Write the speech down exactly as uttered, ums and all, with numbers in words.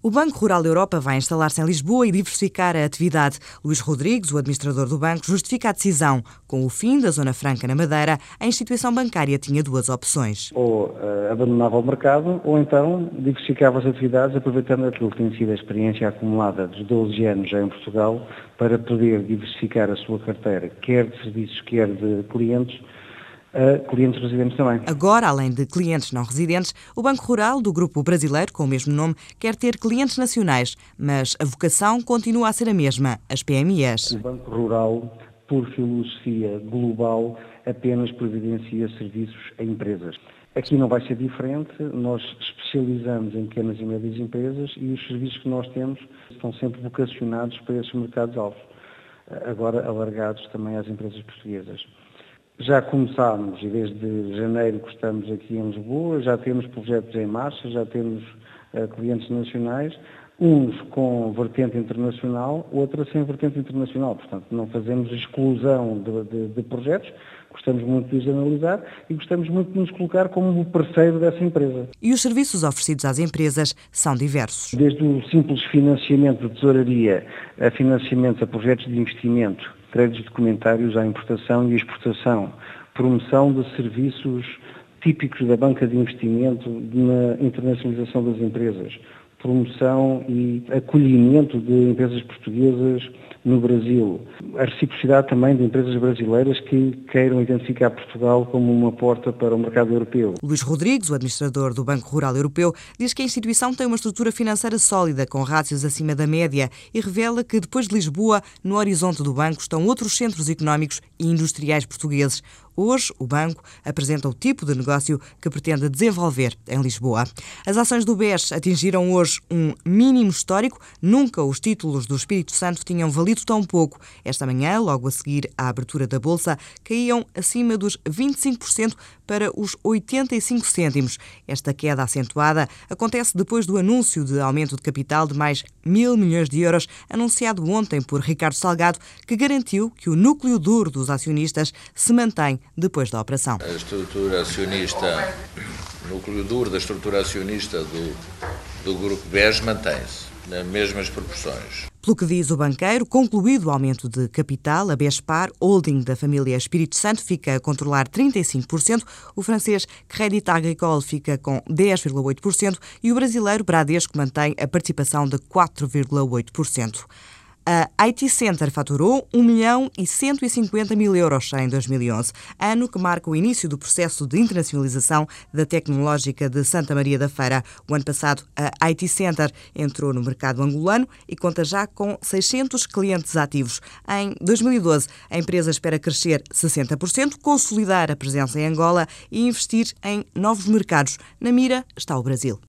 O Banco Rural Europa vai instalar-se em Lisboa e diversificar a atividade. Luís Rodrigues, o administrador do banco, justifica a decisão. Com o fim da Zona Franca na Madeira, a instituição bancária tinha duas opções. Ou uh, abandonava o mercado, ou então diversificava as atividades, aproveitando aquilo que tem sido a experiência acumulada dos doze anos já em Portugal, para poder diversificar a sua carteira, quer de serviços, quer de clientes, a clientes residentes também. Agora, além de clientes não residentes, o Banco Rural, do grupo brasileiro com o mesmo nome, quer ter clientes nacionais, mas a vocação continua a ser a mesma, as P M Es. O Banco Rural, por filosofia global, apenas providencia serviços a empresas. Aqui não vai ser diferente, nós especializamos em pequenas e médias empresas e os serviços que nós temos estão sempre vocacionados para esses mercados-alvos, agora alargados também às empresas portuguesas. Já começámos e desde janeiro que estamos aqui em Lisboa, já temos projetos em marcha, já temos uh, clientes nacionais, uns com vertente internacional, outros sem vertente internacional. Portanto, não fazemos exclusão de, de, de projetos, gostamos muito de os analisar e gostamos muito de nos colocar como o parceiro dessa empresa. E os serviços oferecidos às empresas são diversos. Desde o simples financiamento de tesouraria a financiamentos a projetos de investimento, créditos documentários à importação e exportação, promoção de serviços típicos da banca de investimento na internacionalização das empresas, promoção e acolhimento de empresas portuguesas no Brasil, a reciprocidade também de empresas brasileiras que queiram identificar Portugal como uma porta para o mercado europeu. Luís Rodrigues, o administrador do Banco Rural Europeu, diz que a instituição tem uma estrutura financeira sólida, com rácios acima da média, e revela que, depois de Lisboa, no horizonte do banco estão outros centros económicos e industriais portugueses. Hoje, o banco apresenta o tipo de negócio que pretende desenvolver em Lisboa. As ações do B E S atingiram hoje um mínimo histórico. Nunca os títulos do Espírito Santo tinham valido tão pouco. Esta manhã, logo a seguir à abertura da Bolsa, caíam acima dos vinte e cinco por cento para os oitenta e cinco cêntimos. Esta queda acentuada acontece depois do anúncio de aumento de capital de mais mil milhões de euros, anunciado ontem por Ricardo Salgado, que garantiu que o núcleo duro dos acionistas se mantém depois da operação. A estrutura acionista, o núcleo duro da estrutura acionista do, do Grupo B E S mantém-se nas mesmas proporções. Pelo que diz o banqueiro, concluído o aumento de capital, a Bespar, holding da família Espírito Santo, fica a controlar trinta e cinco por cento, o francês Crédit Agricole fica com dez vírgula oito por cento e o brasileiro Bradesco mantém a participação de quatro vírgula oito por cento. A I T Center faturou um milhão e cento e cinquenta mil euros em dois mil e onze, ano que marca o início do processo de internacionalização da Tecnológica de Santa Maria da Feira. O ano passado, a I T Center entrou no mercado angolano e conta já com seiscentos clientes ativos. Em dois mil e doze, a empresa espera crescer sessenta por cento, consolidar a presença em Angola e investir em novos mercados. Na mira está o Brasil.